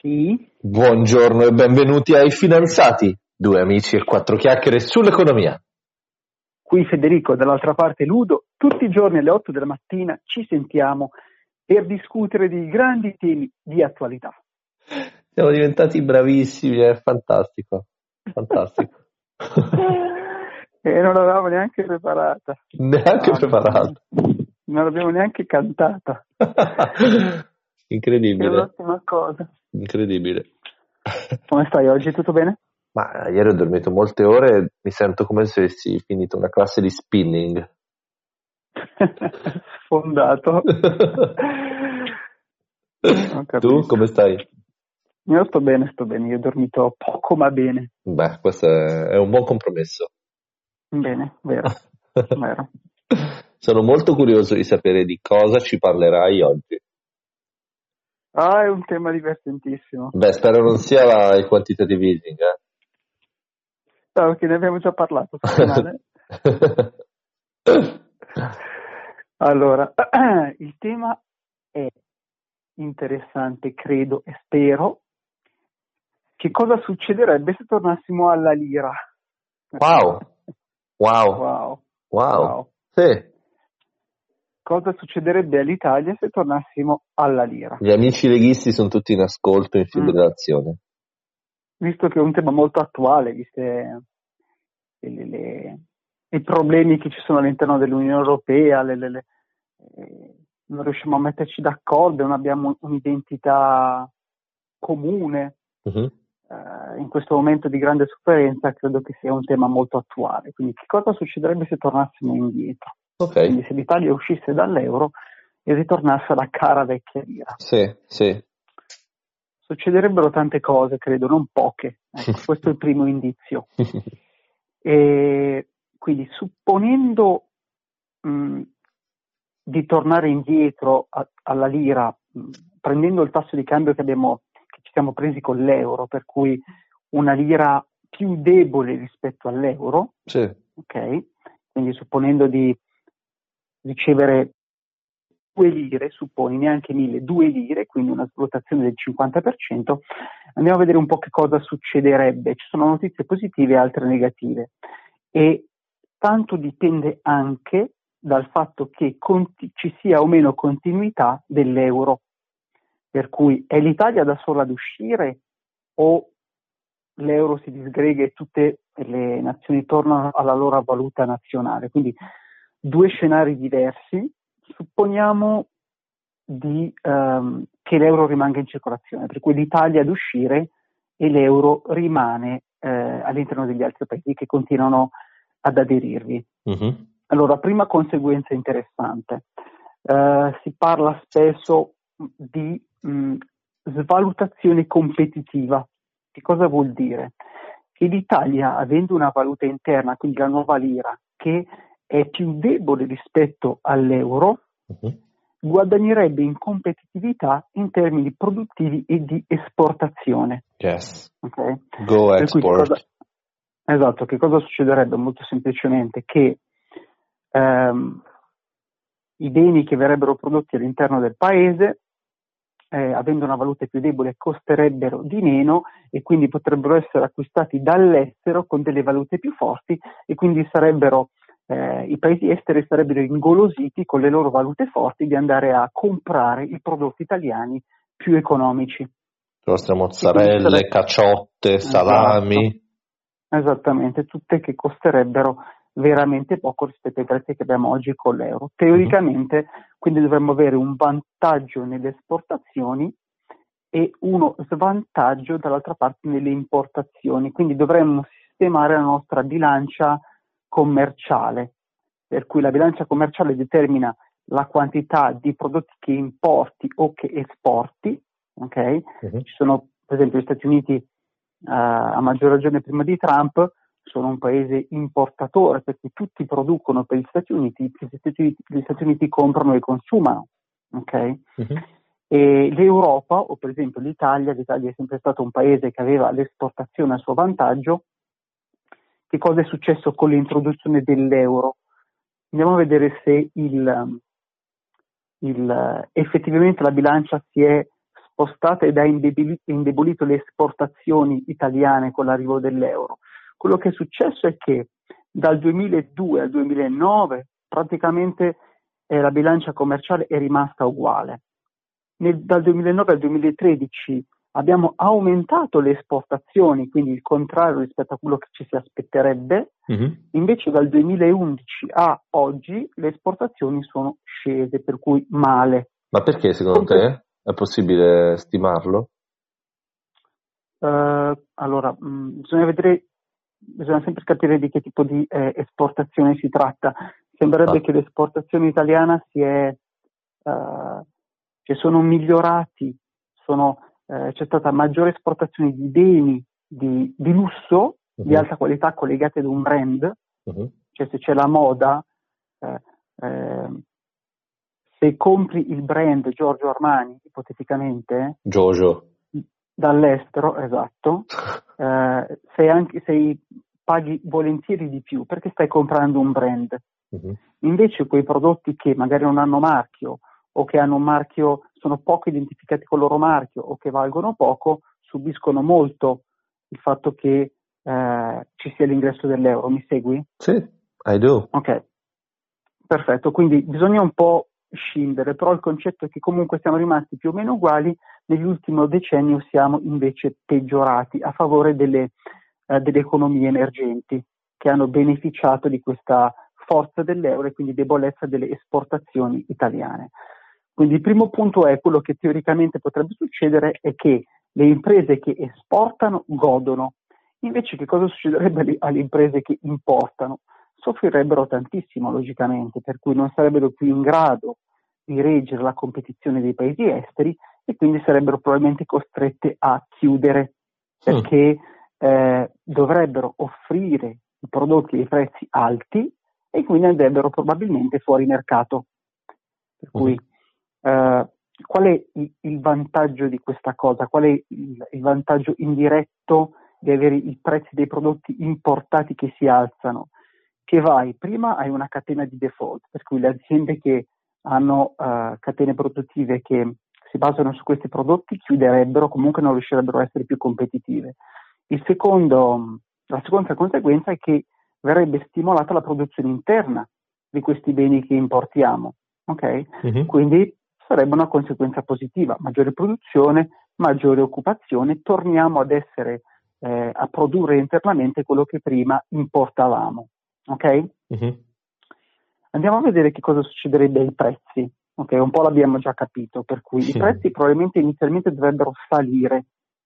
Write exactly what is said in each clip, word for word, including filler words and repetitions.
Sì, Buongiorno e benvenuti ai Finanziati, due amici e quattro chiacchiere sull'economia. qui Federico, dall'altra parte Ludo. Tutti i giorni alle otto della mattina ci sentiamo per discutere di grandi temi di attualità. Siamo diventati bravissimi, è fantastico, fantastico. E non l'avevamo neanche preparata. Neanche Ah, preparato. Non l'abbiamo neanche cantata. È Incredibile, un'ottima cosa. incredibile. Come stai oggi? Tutto bene? Ma ieri ho dormito molte ore e mi sento come se avessi finito una classe di spinning. Sfondato. Ho capito. Tu come stai? Io sto bene, sto bene. Io ho dormito poco ma bene. Beh, questo è, è un buon compromesso. Bene, vero, vero. Sono molto curioso di sapere di cosa ci parlerai oggi. Ah, è un tema divertentissimo. Beh, spero non sia la- il quantitative easing, eh? No, perché ne abbiamo già parlato settimane. Allora, il tema è interessante, credo e spero. Che cosa succederebbe se tornassimo alla lira? Wow, wow, Wow, wow. wow. Sì, Cosa succederebbe all'Italia se tornassimo alla lira? gli amici leghisti sono tutti in ascolto, in Mm. fibrillazione. Visto che è un tema molto attuale, viste le, le- i problemi che ci sono all'interno dell'Unione Europea, le- le- le- eh, non riusciamo a metterci d'accordo, non abbiamo un'identità comune. Mhm. Eh, in questo momento di grande sofferenza credo che sia un tema molto attuale. Quindi che cosa succederebbe se tornassimo indietro? Ok, Quindi se l'Italia uscisse dall'euro e ritornasse alla cara vecchia lira. sì, sì. Succederebbero tante cose, credo, non poche. Ecco, questo è il primo indizio. E quindi supponendo mh, di tornare indietro a- alla lira, mh, prendendo il tasso di cambio che abbiamo, che ci siamo presi con l'euro, per cui una lira più debole rispetto all'euro, Sì. ok? Quindi supponendo di ricevere due lire, supponi neanche mille, due lire, quindi una svalutazione del cinquanta per cento, andiamo a vedere un po' che cosa succederebbe. Ci sono notizie positive e altre negative e tanto dipende anche dal fatto che conti- ci sia o meno continuità dell'euro, per cui è l'Italia da sola ad uscire o l'euro si disgrega e tutte le nazioni tornano alla loro valuta nazionale. Quindi due scenari diversi. Supponiamo di, ehm, che l'euro rimanga in circolazione, per cui l'Italia ad uscire e l'euro rimane eh, all'interno degli altri paesi che continuano ad aderirvi. Mhm. Allora, prima conseguenza interessante, eh, si parla spesso di mh, svalutazione competitiva. Che cosa vuol dire? Che l'Italia, avendo una valuta interna, quindi la nuova lira, che è più debole rispetto all'euro, Mhm. guadagnerebbe in competitività in termini produttivi e di esportazione. Yes. Okay? Go Per cui che export. cosa, esatto, che cosa succederebbe? Molto semplicemente che ehm, i beni che verrebbero prodotti all'interno del paese, eh, avendo una valuta più debole, costerebbero di meno e quindi potrebbero essere acquistati dall'estero con delle valute più forti e quindi sarebbero eh, i paesi esteri sarebbero ingolositi con le loro valute forti di andare a comprare i prodotti italiani più economici. Le nostre E quindi mozzarelle, sarebbe- caciotte, salami. Esatto. Esattamente, tutte che costerebbero veramente poco rispetto ai prezzi che abbiamo oggi con l'euro. Teoricamente, quindi dovremmo avere un vantaggio nelle esportazioni e uno svantaggio dall'altra parte nelle importazioni, quindi dovremmo sistemare la nostra bilancia commerciale, per cui la bilancia commerciale determina la quantità di prodotti che importi o che esporti, ok? Mhm. Ci sono, per esempio, gli Stati Uniti, Uh, a maggior ragione prima di Trump, sono un paese importatore perché tutti producono per gli Stati Uniti, gli Stati Uniti, gli Stati Uniti comprano e consumano, ok? Mhm. E l'Europa, o per esempio l'Italia, l'Italia è sempre stato un paese che aveva l'esportazione a suo vantaggio. Che cosa è successo con l'introduzione dell'euro? Andiamo a vedere se il, il, effettivamente la bilancia si è spostato ed ha indebolito le esportazioni italiane con l'arrivo dell'euro. Quello che è successo è che dal duemiladue al duemilanove praticamente eh, la bilancia commerciale è rimasta uguale. Nel, dal duemilanove al duemilatredici abbiamo aumentato le esportazioni, quindi il contrario rispetto a quello che ci si aspetterebbe, mm-hmm. Invece dal duemilaundici a oggi le esportazioni sono scese, per cui male. Ma perché secondo Comunque, te? È possibile stimarlo? Uh, allora, mh, bisogna vedere, bisogna sempre capire di che tipo di eh, esportazione si tratta. Sembrerebbe ah. che l'esportazione italiana si è, uh, cioè sono migliorati, sono, eh, c'è stata maggiore esportazione di beni di, di lusso, uh-huh. di alta qualità collegati ad un brand, uh-huh. cioè se c'è la moda, eh, eh, se compri il brand Giorgio Armani, ipoteticamente, Giorgio. dall'estero, esatto, eh, sei anche, sei, paghi volentieri di più perché stai comprando un brand. Uh-huh. Invece quei prodotti che magari non hanno marchio o che hanno un marchio, sono poco identificati con il loro marchio o che valgono poco, subiscono molto il fatto che eh, ci sia l'ingresso dell'euro. Mi segui? Sì, I do. Ok, perfetto. Quindi bisogna un po' scindere, però il concetto è che comunque siamo rimasti più o meno uguali, nell'ultimo decennio siamo invece peggiorati a favore delle, eh, delle economie emergenti che hanno beneficiato di questa forza dell'euro e quindi debolezza delle esportazioni italiane. Quindi il primo punto è quello che teoricamente potrebbe succedere è che le imprese che esportano godono, invece che cosa succederebbe alle imprese che importano? Soffrirebbero tantissimo logicamente, per cui non sarebbero più in grado di reggere la competizione dei paesi esteri e quindi sarebbero probabilmente costrette a chiudere perché eh, dovrebbero offrire i prodotti ai prezzi alti e quindi andrebbero probabilmente fuori mercato. Per cui eh, qual è il, il vantaggio di questa cosa? Qual è il, il vantaggio indiretto di avere i prezzi dei prodotti importati che si alzano? Che vai, prima hai una catena di default, per cui le aziende che hanno uh, catene produttive che si basano su questi prodotti chiuderebbero, comunque non riuscirebbero a essere più competitive. Il secondo, la seconda conseguenza è che verrebbe stimolata la produzione interna di questi beni che importiamo, ok? Mm-hmm. Quindi sarebbe una conseguenza positiva, maggiore produzione, maggiore occupazione, torniamo ad essere, eh, a produrre internamente quello che prima importavamo. Ok? Mm-hmm. Andiamo a vedere che cosa succederebbe ai prezzi. Ok, un po' l'abbiamo già capito, per cui i prezzi probabilmente inizialmente dovrebbero salire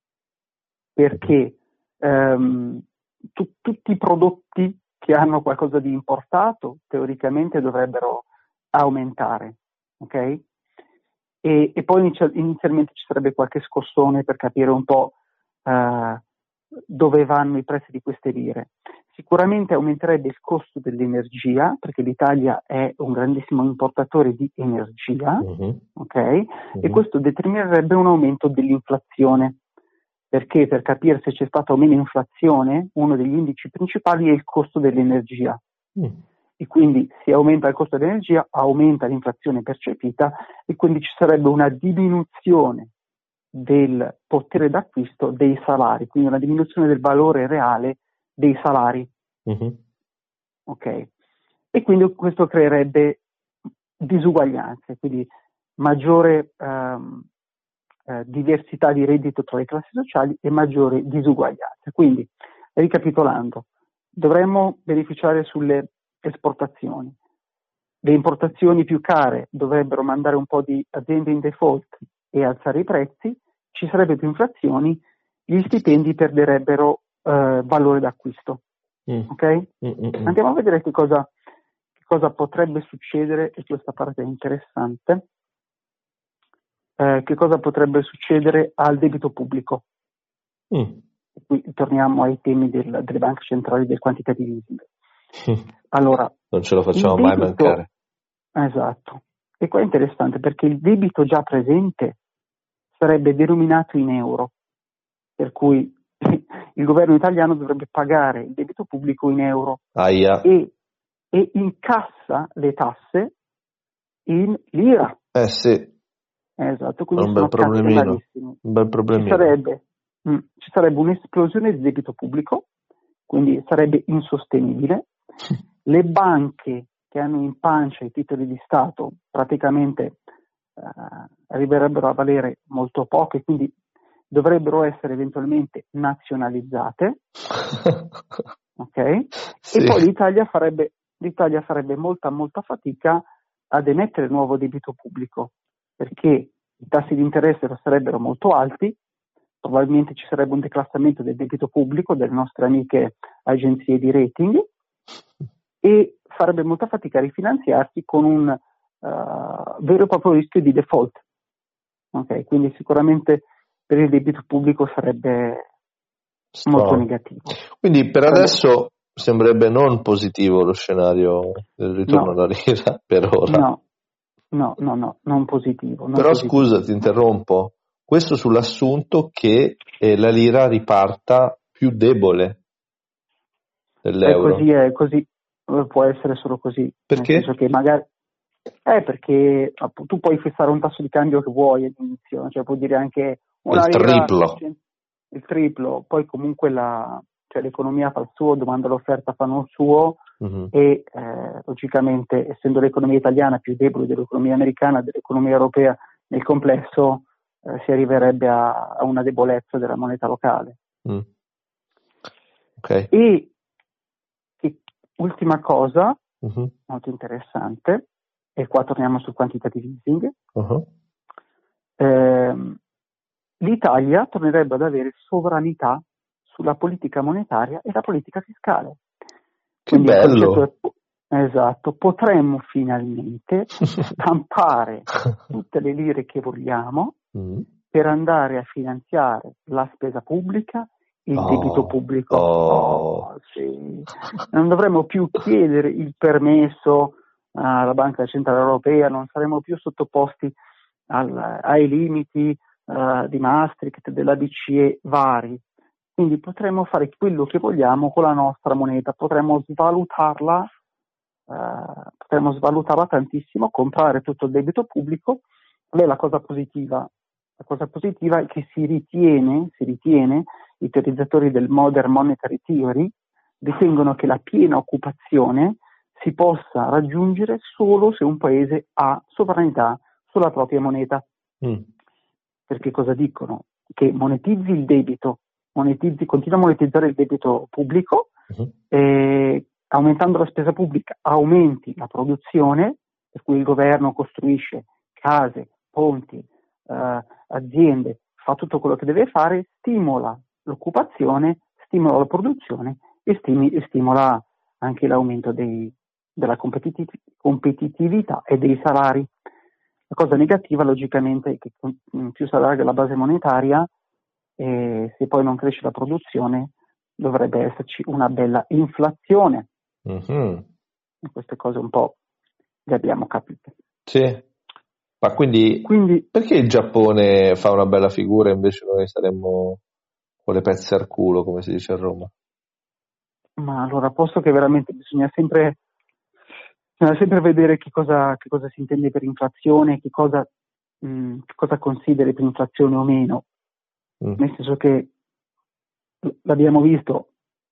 perché ehm, tu, tutti i prodotti che hanno qualcosa di importato teoricamente dovrebbero aumentare, ok? E, e poi inizial, inizialmente ci sarebbe qualche scossone per capire un po' eh, dove vanno i prezzi di queste lire. Sicuramente aumenterebbe il costo dell'energia, perché l'Italia è un grandissimo importatore di energia, uh-huh. ok? Uh-huh. E questo determinerebbe un aumento dell'inflazione, perché per capire se c'è stata o meno inflazione, uno degli indici principali è il costo dell'energia. Uh-huh. E quindi se aumenta il costo dell'energia, aumenta l'inflazione percepita e quindi ci sarebbe una diminuzione del potere d'acquisto dei salari, quindi una diminuzione del valore reale dei salari. Uh-huh. Ok? E quindi questo creerebbe disuguaglianze, quindi maggiore ehm, eh, diversità di reddito tra le classi sociali e maggiore disuguaglianza. Quindi, ricapitolando, dovremmo beneficiare sulle esportazioni. Le importazioni più care dovrebbero mandare un po' di aziende in default e alzare i prezzi, ci sarebbe più inflazioni, gli stipendi perderebbero eh, valore d'acquisto. Mm. Ok? Mm-mm. Andiamo a vedere che cosa, che cosa potrebbe succedere, e questa parte è interessante, eh, che cosa potrebbe succedere al debito pubblico. Mm. E qui torniamo ai temi del, delle banche centrali del quantitative easing. Mm. Allora, non ce lo facciamo debito, mai mancare. Esatto. E qua è interessante perché il debito già presente sarebbe denominato in euro, per cui il governo italiano dovrebbe pagare il debito pubblico in euro Aia. e, e incassa le tasse in lira. Eh sì. Esatto, È quindi un bel sono problemino. cancellantissimi. Un bel Ci problemino. sarebbe, mm, ci sarebbe un'esplosione di debito pubblico, quindi sarebbe insostenibile. Le banche che hanno in pancia i titoli di Stato praticamente eh, arriverebbero a valere molto poco e quindi dovrebbero essere eventualmente nazionalizzate, ok? Sì. E poi l'Italia farebbe, l'Italia farebbe molta molta fatica ad emettere nuovo debito pubblico, perché i tassi di interesse sarebbero molto alti, probabilmente ci sarebbe un declassamento del debito pubblico delle nostre amiche agenzie di rating e farebbe molta fatica a rifinanziarsi con un uh, vero e proprio rischio di default. Okay? Quindi sicuramente per il debito pubblico sarebbe Strong. molto negativo. Quindi per Sarebbe... adesso sembrerebbe non positivo lo scenario del ritorno no, alla lira per ora. No, no, no, no, non positivo. Non Però positivo. scusa, ti interrompo. Questo sull'assunto che eh, la lira riparta più debole dell'euro. È così, è così, può essere solo così. Perché? Nel senso che magari è perché appunto, tu puoi fissare un tasso di cambio che vuoi all'inizio, cioè puoi dire anche una il lira, triplo. il triplo, poi comunque la, cioè, l'economia fa il suo, domanda e l'offerta fanno il suo Mm-hmm. e eh, logicamente essendo l'economia italiana più debole dell'economia americana, dell'economia europea nel complesso, eh, si arriverebbe a, a una debolezza della moneta locale. Mm. Okay. E, e ultima cosa, Mm-hmm. molto interessante, e qua torniamo sul quantitative easing, Uh-huh. ehm, l'Italia tornerebbe ad avere sovranità sulla politica monetaria e la politica fiscale. Che Quindi bello! il concetto è, esatto, potremmo finalmente stampare tutte le lire che vogliamo mm. per andare a finanziare la spesa pubblica, il oh, debito pubblico. Oh. Oh, sì. Non dovremmo più chiedere il permesso alla Banca Centrale Europea, non saremo più sottoposti al, ai limiti uh, di Maastricht, della B C E vari. Quindi potremmo fare quello che vogliamo con la nostra moneta, potremmo svalutarla, uh, potremmo svalutarla tantissimo, comprare tutto il debito pubblico. Beh, la cosa positiva, la cosa positiva è che si ritiene, si ritiene, i teorizzatori del Modern Monetary Theory ritengono che la piena occupazione si possa raggiungere solo se un paese ha sovranità sulla propria moneta. Mm. Perché cosa dicono? Che monetizzi il debito, monetizzi, continua a monetizzare il debito pubblico, uh-huh. e aumentando la spesa pubblica aumenti la produzione, per cui il governo costruisce case, ponti, eh, aziende, fa tutto quello che deve fare, stimola l'occupazione, stimola la produzione e, stimi, e stimola anche l'aumento dei, della competitiv- competitività e dei salari. La cosa negativa logicamente è che più si allarga la base monetaria e se poi non cresce la produzione dovrebbe esserci una bella inflazione. Mm-hmm. E queste cose un po' le abbiamo capite. Sì, ma quindi, quindi perché il Giappone fa una bella figura e invece noi saremmo con le pezze al culo, come si dice a Roma? Ma allora, posto che veramente bisogna sempre bisogna sempre vedere che cosa, che cosa si intende per inflazione, che cosa, mh, che cosa consideri per inflazione o meno. Mm. Nel senso che l'abbiamo visto,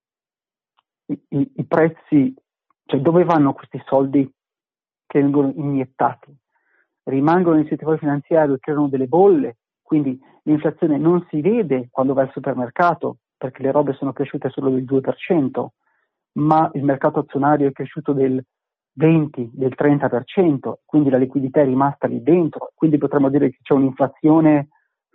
i, i, i prezzi, cioè dove vanno questi soldi che vengono iniettati? Rimangono nel sistema finanziario e creano delle bolle, quindi l'inflazione non si vede quando vai al supermercato perché le robe sono cresciute solo del due per cento, ma il mercato azionario è cresciuto del venti, del trenta per cento, quindi la liquidità è rimasta lì dentro, quindi potremmo dire che c'è un'inflazione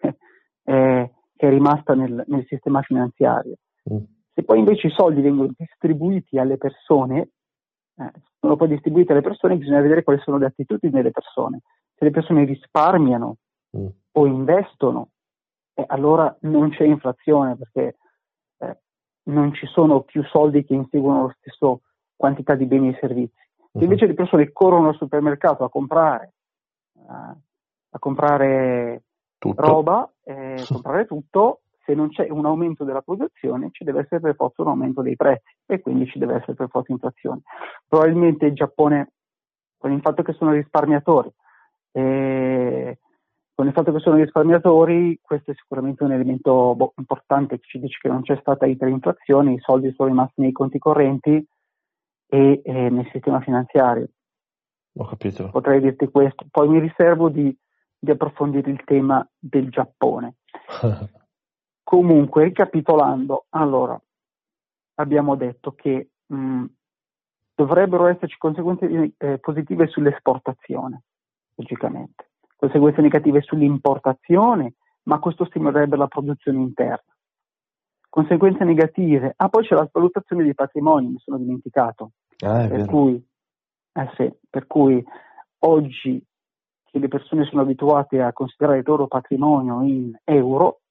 eh, che è rimasta nel, nel sistema finanziario. Mm. Se poi invece i soldi vengono distribuiti alle persone, eh, sono poi distribuiti alle persone, bisogna vedere quali sono le attitudini delle persone. Se le persone risparmiano mm. o investono, eh, allora non c'è inflazione perché eh, non ci sono più soldi che inseguono lo stesso quantità di beni e servizi. Se invece le persone corrono al supermercato a comprare, uh, a comprare tutto. roba, eh, comprare tutto, se non c'è un aumento della produzione ci deve essere per forza un aumento dei prezzi e quindi ci deve essere per forza inflazione. Probabilmente il Giappone, con il fatto che sono risparmiatori, eh, con il fatto che sono risparmiatori, questo è sicuramente un elemento boh, importante che ci dice che non c'è stata iperinflazione, i soldi sono rimasti nei conti correnti e eh, nel sistema finanziario. Ho capito. Potrei dirti questo. Poi mi riservo di, di approfondire il tema del Giappone. Comunque, ricapitolando, allora, abbiamo detto che mh, dovrebbero esserci conseguenze eh, positive sull'esportazione, logicamente, conseguenze negative sull'importazione, ma questo stimolerebbe la produzione interna. Conseguenze negative, ah poi c'è la svalutazione dei patrimoni, mi sono dimenticato, Ah, è per vero. cui, eh sì, per cui oggi che le persone sono abituate a considerare il loro patrimonio in euro,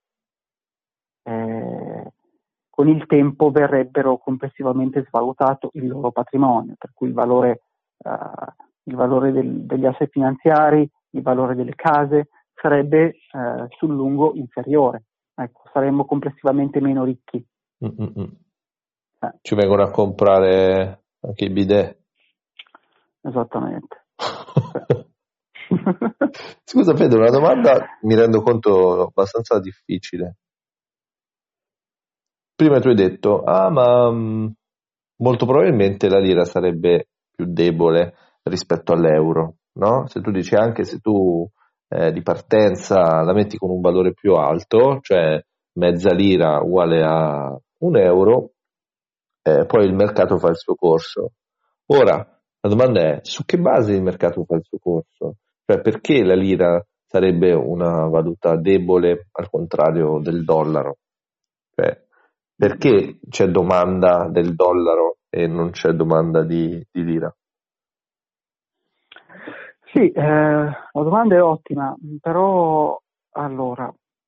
eh, con il tempo verrebbero complessivamente svalutato il loro patrimonio, per cui il valore, uh, il valore del, degli asset finanziari, il valore delle case sarebbe uh, sul lungo inferiore. Ecco, saremmo complessivamente meno ricchi. Eh. Ci vengono a comprare anche i bidet. Esattamente. Scusa Pedro, una domanda mi rendo conto abbastanza difficile. Prima tu hai detto, ah ma mh, molto probabilmente la lira sarebbe più debole rispetto all'euro, no? Se tu dici anche se tu eh, di partenza la metti con un valore più alto, cioè mezza lira uguale a un euro, eh, poi il mercato fa il suo corso. Ora, la domanda è, su che base il mercato fa il suo corso? Cioè perché la lira sarebbe una valuta debole al contrario del dollaro? Cioè, perché c'è domanda del dollaro e non c'è domanda di, di lira? Sì, eh, la domanda è ottima, però allora...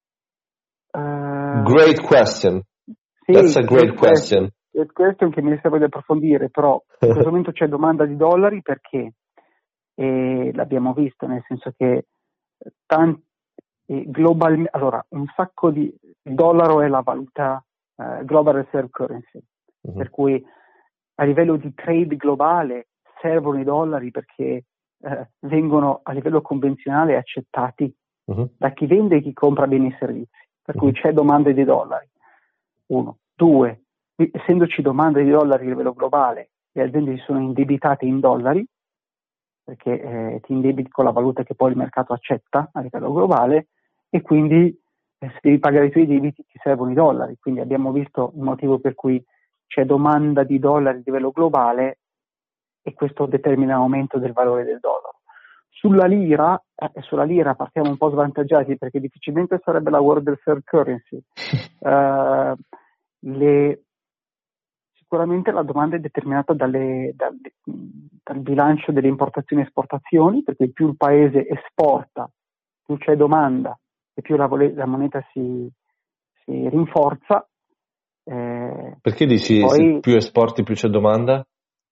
Uh, great question. Sì, That's a great, great question. question. Great question che mi serve di approfondire, però in questo momento c'è domanda di dollari perché, e l'abbiamo visto, nel senso che tanti, global, allora, un sacco di... Il dollaro è la valuta uh, global reserve currency, uh-huh. Per cui a livello di trade globale servono i dollari perché uh, vengono a livello convenzionale accettati uh-huh. da chi vende e chi compra beni e servizi, per uh-huh. cui c'è domanda di dollari. Uno. Due, essendoci domanda di dollari a livello globale, le aziende si sono indebitate in dollari, perché eh, ti indebiti con la valuta che poi il mercato accetta a livello globale, e quindi eh, se devi pagare i tuoi debiti ti servono i dollari. Quindi abbiamo visto il motivo per cui c'è domanda di dollari a livello globale e questo determina l'aumento del valore del dollaro. Sulla lira, eh, sulla lira partiamo un po' svantaggiati perché difficilmente sarebbe la world reserve currency. Uh, le, sicuramente la domanda è determinata dalle, dal, dal bilancio delle importazioni e esportazioni, perché più il paese esporta, più c'è domanda e più la, la moneta si, si rinforza. Eh, perché dici poi, se più esporti più c'è domanda?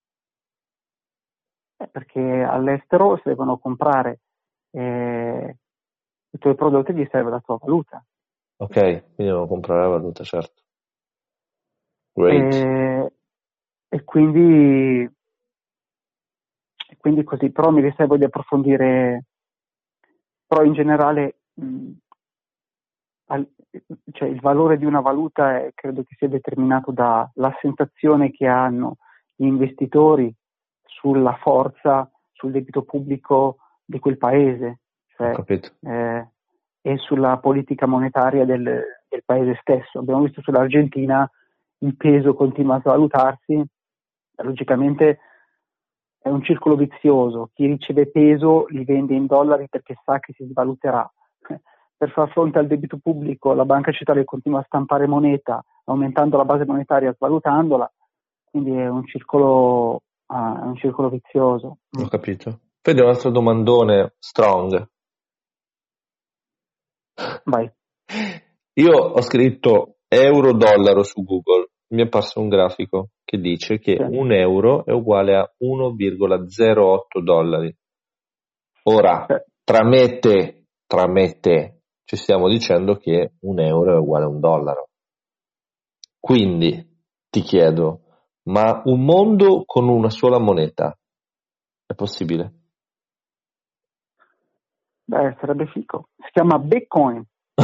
Eh, perché all'estero se devono comprare eh, i tuoi prodotti gli serve la tua valuta. Ok, quindi devo comprare la valuta, certo. Great. E, e quindi e quindi così, però mi riservo di approfondire, però in generale mh, al, cioè il valore di una valuta è, credo che sia determinato dalla sensazione che hanno gli investitori sulla forza, sul debito pubblico di quel paese, cioè, Ho capito. Eh, e sulla politica monetaria del, del paese stesso. Abbiamo visto sull'Argentina il peso continua a svalutarsi, logicamente è un circolo vizioso, chi riceve peso li vende in dollari perché sa che si svaluterà. Per far fronte al debito pubblico la banca centrale continua a stampare moneta, aumentando la base monetaria, svalutandola, quindi è un circolo, ah, è un circolo vizioso. Ho capito. Vedi un altro domandone strong. Vai. Io ho scritto euro-dollaro su Google, mi è apparso un grafico che dice che sì. un euro è uguale a uno virgola zero otto dollari. Ora, sì. tra me e te, tra me e te, ci stiamo dicendo che un euro è uguale a un dollaro. Quindi, ti chiedo, ma un mondo con una sola moneta è possibile? Beh, sarebbe fico. Si chiama Bitcoin.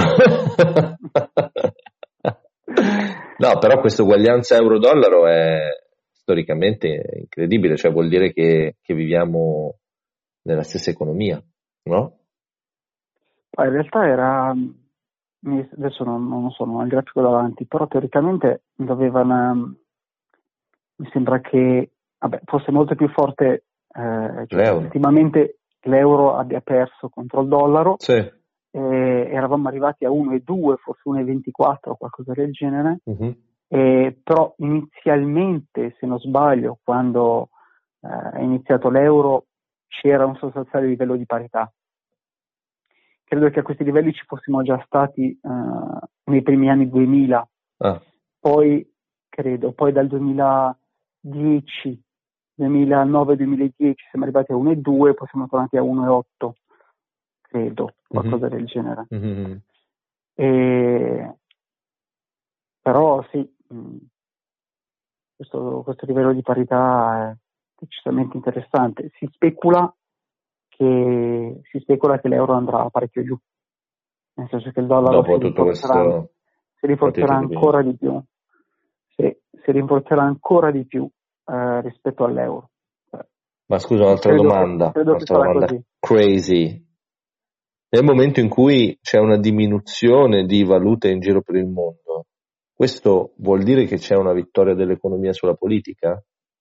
No, però questa uguaglianza euro-dollaro è storicamente incredibile, cioè vuol dire che, che viviamo nella stessa economia, no? Poi in realtà era, adesso non, non so, non ho il grafico davanti, però teoricamente dovevano, mi sembra che vabbè, fosse molto più forte, eh, cioè L'euro. ultimamente l'euro abbia perso contro il dollaro, Sì. e eravamo arrivati a uno virgola due, forse uno virgola ventiquattro, qualcosa del genere, Uh-huh. e, però inizialmente, se non sbaglio, quando eh, è iniziato l'euro c'era un sostanziale livello di parità. Credo che a questi livelli ci fossimo già stati uh, nei primi anni duemila, Ah. poi credo, poi dal duemiladieci, duemilanove duemiladieci siamo arrivati a uno virgola due, poi siamo tornati a uno virgola otto, credo, qualcosa Mm-hmm. del genere. Mm-hmm. E, però sì, mh, questo, questo livello di parità è decisamente interessante. Si specula che si specula che l'euro andrà parecchio giù, nel senso che il dollaro Dopo si tutto rinforzerà, questo si rinforzerà ancora di più, si, si rinforzerà ancora di più eh, rispetto all'euro. Ma scusa, un'altra credo domanda, che, credo un'altra che sarà domanda così. crazy. Nel momento in cui c'è una diminuzione di valute in giro per il mondo, questo vuol dire che c'è una vittoria dell'economia sulla politica?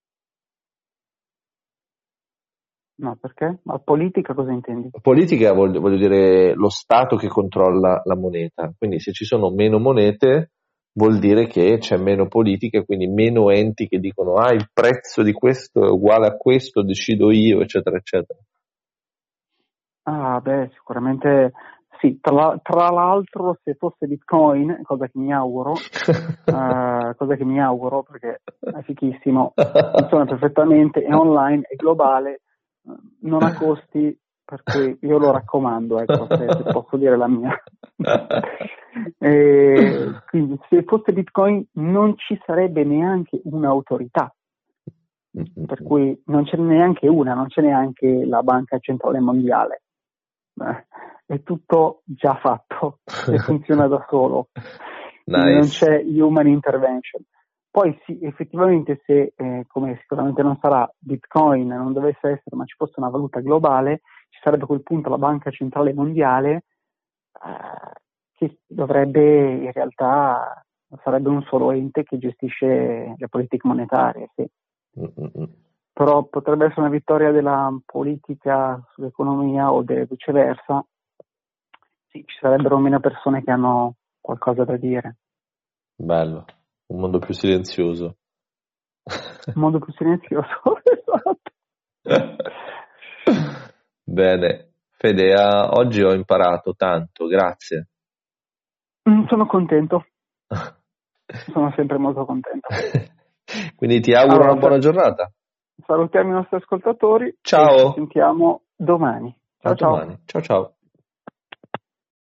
No, perché? Ma politica cosa intendi? Politica voglio, voglio dire lo Stato che controlla la moneta, quindi se ci sono meno monete vuol dire che c'è meno politica e quindi meno enti che dicono ah il prezzo di questo è uguale a questo, decido io, eccetera, eccetera. Ah, beh, sicuramente sì. Tra, tra l'altro, se fosse Bitcoin, cosa che mi auguro, eh, cosa che mi auguro perché è fichissimo, funziona perfettamente, è online, è globale, non ha costi, per cui io lo raccomando, ecco, se, se posso dire la mia. E quindi se fosse Bitcoin non ci sarebbe neanche un'autorità, per cui non c'è neanche una, non c'è neanche la Banca Centrale Mondiale. Beh, è tutto già fatto e funziona da solo. Quindi Nice. non c'è human intervention. Poi sì, effettivamente se, eh, come sicuramente non sarà, Bitcoin non dovesse essere, ma ci fosse una valuta globale, ci sarebbe a quel punto la Banca Centrale Mondiale, eh, che dovrebbe in realtà, sarebbe un solo ente che gestisce le politiche monetarie, sì. Mm-mm. Però potrebbe essere una vittoria della politica sull'economia o de- viceversa. Sì, ci sarebbero meno persone che hanno qualcosa da dire. Bello, un mondo più silenzioso. Un mondo più silenzioso, esatto. Bene, Fede, ah, oggi ho imparato tanto, grazie. Mm, sono contento, sono sempre molto contento. Quindi ti auguro Allora, una buona giornata. salutiamo i nostri ascoltatori Ciao. e ci sentiamo domani. Ciao A ciao. domani. Ciao ciao.